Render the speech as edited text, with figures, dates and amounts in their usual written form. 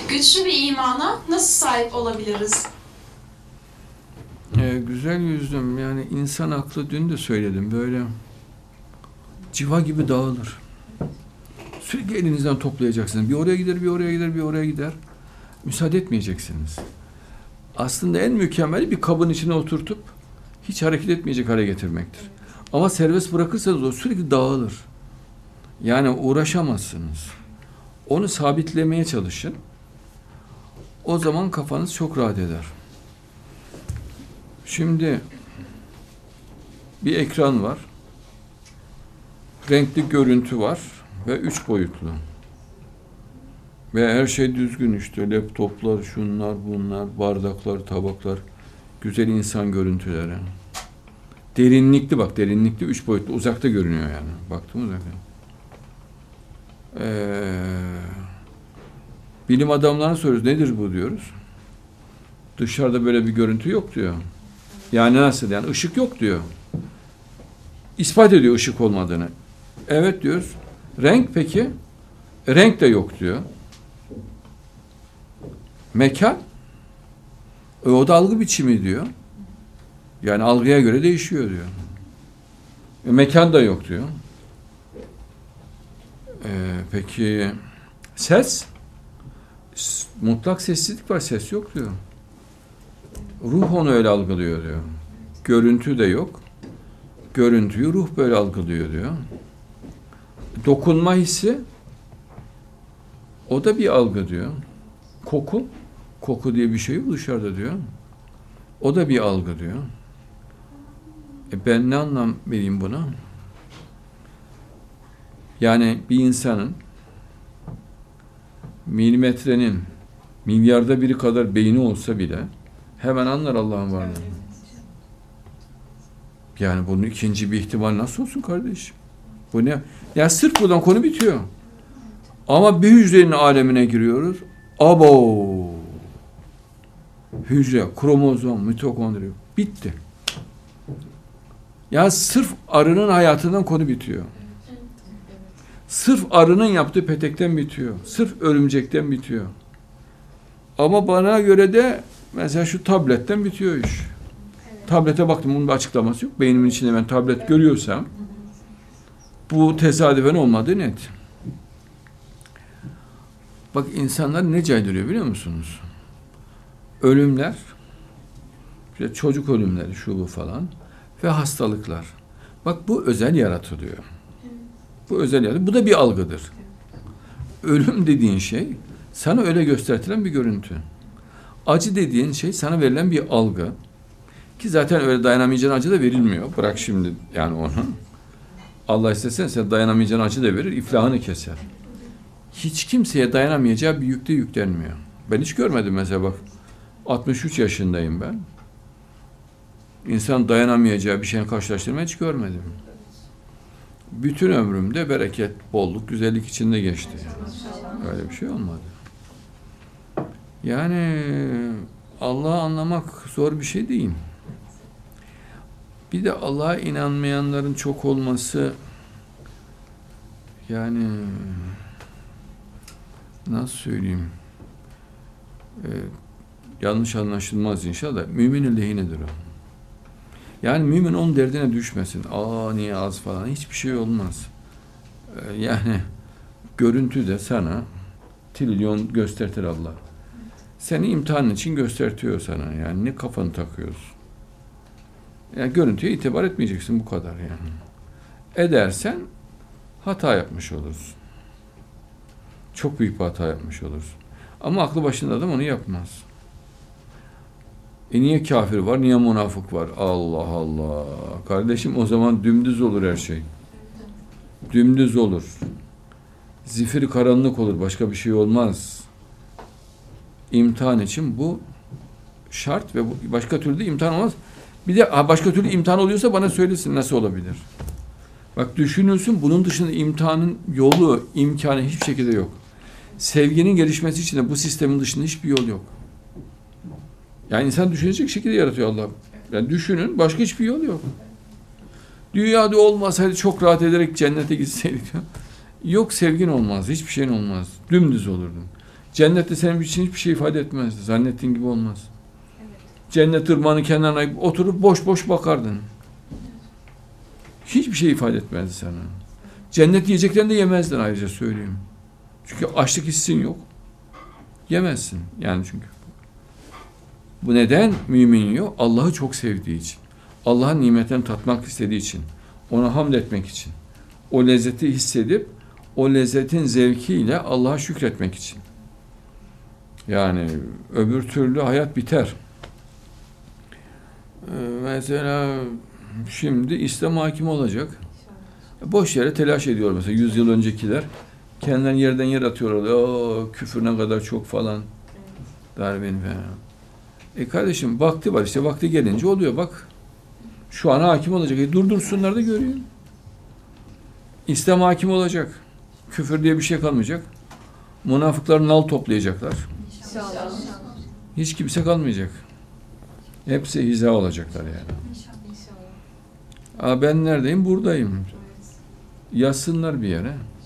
Güçlü bir imana nasıl sahip olabiliriz? Güzel yüzlüm, yani insan aklı, dün de söyledim, böyle civa gibi dağılır. Sürekli elinizden toplayacaksınız. Bir oraya gider, bir oraya gider, bir oraya gider. Müsaade etmeyeceksiniz. Aslında en mükemmeli bir kabın içine oturtup hiç hareket etmeyecek hale getirmektir. Ama serbest bırakırsanız o sürekli dağılır. Yani uğraşamazsınız. Onu sabitlemeye çalışın. O zaman kafanız çok rahat eder. Şimdi bir ekran var. Renkli görüntü var ve 3 boyutlu. Ve her şey düzgün işte. Laptoplar, şunlar, bunlar, bardaklar, tabaklar, güzel insan görüntüleri. Derinlikli, bak derinlikli, 3 boyutlu, uzakta görünüyor yani. Baktım uzakta. Bilim adamlarına soruyoruz, nedir bu diyoruz. Dışarıda böyle bir görüntü yok diyor. Yani nasıl? Yani ışık yok diyor. İspat ediyor ışık olmadığını. Evet diyoruz. Renk peki? Renk de yok diyor. Mekan? O da algı biçimi diyor. Yani algıya göre değişiyor diyor. Mekan da yok diyor. Peki ses? Mutlak sessizlik var, ses yok diyor. Ruh onu öyle algılıyor diyor. Görüntü de yok. Görüntüyü ruh böyle algılıyor diyor. Dokunma hissi, o da bir algı diyor. Koku, koku diye bir şey yok dışarıda diyor. O da bir algı diyor. Ben ne anlam vereyim buna? Yani bir insanın milimetrenin milyarda biri kadar beyni olsa bile hemen anlar Allah'ın varlığını. Yani bunun ikinci bir ihtimal nasıl olsun kardeşim? Bu ne? Ya sırf buradan konu bitiyor. Ama bir hücrenin alemine giriyoruz. Abo! Hücre, kromozom, mitokondri bitti. Ya sırf arının hayatından konu bitiyor. Sırf arının yaptığı petekten bitiyor. Sırf örümcekten bitiyor. Ama bana göre de mesela şu tabletten bitiyor iş. Evet. Tablete baktım, bunun bir açıklaması yok. Beynimin içinde ben tablet görüyorsam bu tesadüfen olmadığı net. Bak insanlar ne caydırıyor biliyor musunuz? Ölümler, işte çocuk ölümleri, şu bu falan ve hastalıklar. Bak bu özel yaratılıyor. Bu özel yaratılıyor. Bu da bir algıdır. Ölüm dediğin şey sana öyle göstertilen bir görüntü. Acı dediğin şey sana verilen bir algı. Ki zaten öyle dayanamayacağın acı da verilmiyor. Bırak şimdi yani onu. Allah istese sen dayanamayacağın acı da verir, iflahını keser. Hiç kimseye dayanamayacağı bir yükte yüklenmiyor. Ben hiç görmedim mesela bak. 63 yaşındayım ben. İnsan dayanamayacağı bir şeyle karşılaştırmayı hiç görmedim. Bütün ömrümde bereket, bolluk, güzellik içinde geçti. Öyle bir şey olmadı. Yani Allah'ı anlamak zor bir şey değil. Bir de Allah'a inanmayanların çok olması, yani nasıl söyleyeyim, yanlış anlaşılmaz inşallah, müminin lehinedir o. Yani mümin onun derdine düşmesin. Niye az falan, hiçbir şey olmaz. Yani görüntü de sana trilyon göstertir Allah. Seni imtihan için göstertiyor sana. Yani ne kafanı takıyorsun? Yani görüntüye itibar etmeyeceksin, bu kadar yani. Edersen hata yapmış olursun. Çok büyük bir hata yapmış olursun. Ama aklı başında adam onu yapmaz. Niye kafir var, niye münafık var? Allah Allah. Kardeşim o zaman dümdüz olur her şey. Dümdüz olur. Zifiri karanlık olur, başka bir şey olmaz. İmtihan için bu şart ve başka türlü de imtihan olmaz. Bir de başka türlü imtihan oluyorsa bana söylesin, nasıl olabilir? Bak düşünülsün, bunun dışında imtihanın yolu, imkanı hiçbir şekilde yok. Sevginin gelişmesi için de bu sistemin dışında hiçbir yol yok. Yani insan düşünecek şekilde yaratıyor Allah. Yani düşünün, başka hiçbir yol yok. Dünyada olmasaydı çok rahat ederek cennete gitseydik. Yok, sevgin olmaz, hiçbir şeyin olmaz. Dümdüz olurdun. Cennette senin için hiçbir şey ifade etmezdi. Zannettiğin gibi olmaz. Cennet ırmağının kenarına oturup boş boş bakardın. Hiçbir şey ifade etmezdi sana. Cennet yiyeceklerini de yemezdin ayrıca söyleyeyim. Çünkü açlık hissin yok. Yemezsin. Yani çünkü. Bu neden mümin yiyor? Allah'ı çok sevdiği için. Allah'ın nimetlerini tatmak istediği için. Ona hamd etmek için. O lezzeti hissedip o lezzetin zevkiyle Allah'a şükretmek için. Yani öbür türlü hayat biter. Mesela şimdi İslam hakim olacak. Boş yere telaş ediyor mesela 100 yıl öncekiler. Kendilerini yerden yer atıyorlar. O küfür ne kadar çok falan. Darbenin falan. Kardeşim vakti var işte vakti gelince oluyor bak. Şu an hakim olacak. Durdursunlar da görüyor. İslam hakim olacak. Küfür diye bir şey kalmayacak. Münafıklar nal toplayacaklar. İnşallah. Hiç kimse kalmayacak. Hepsi hiza olacaklar yani. İnşallah. Ben neredeyim? Buradayım. Yazsınlar bir yere.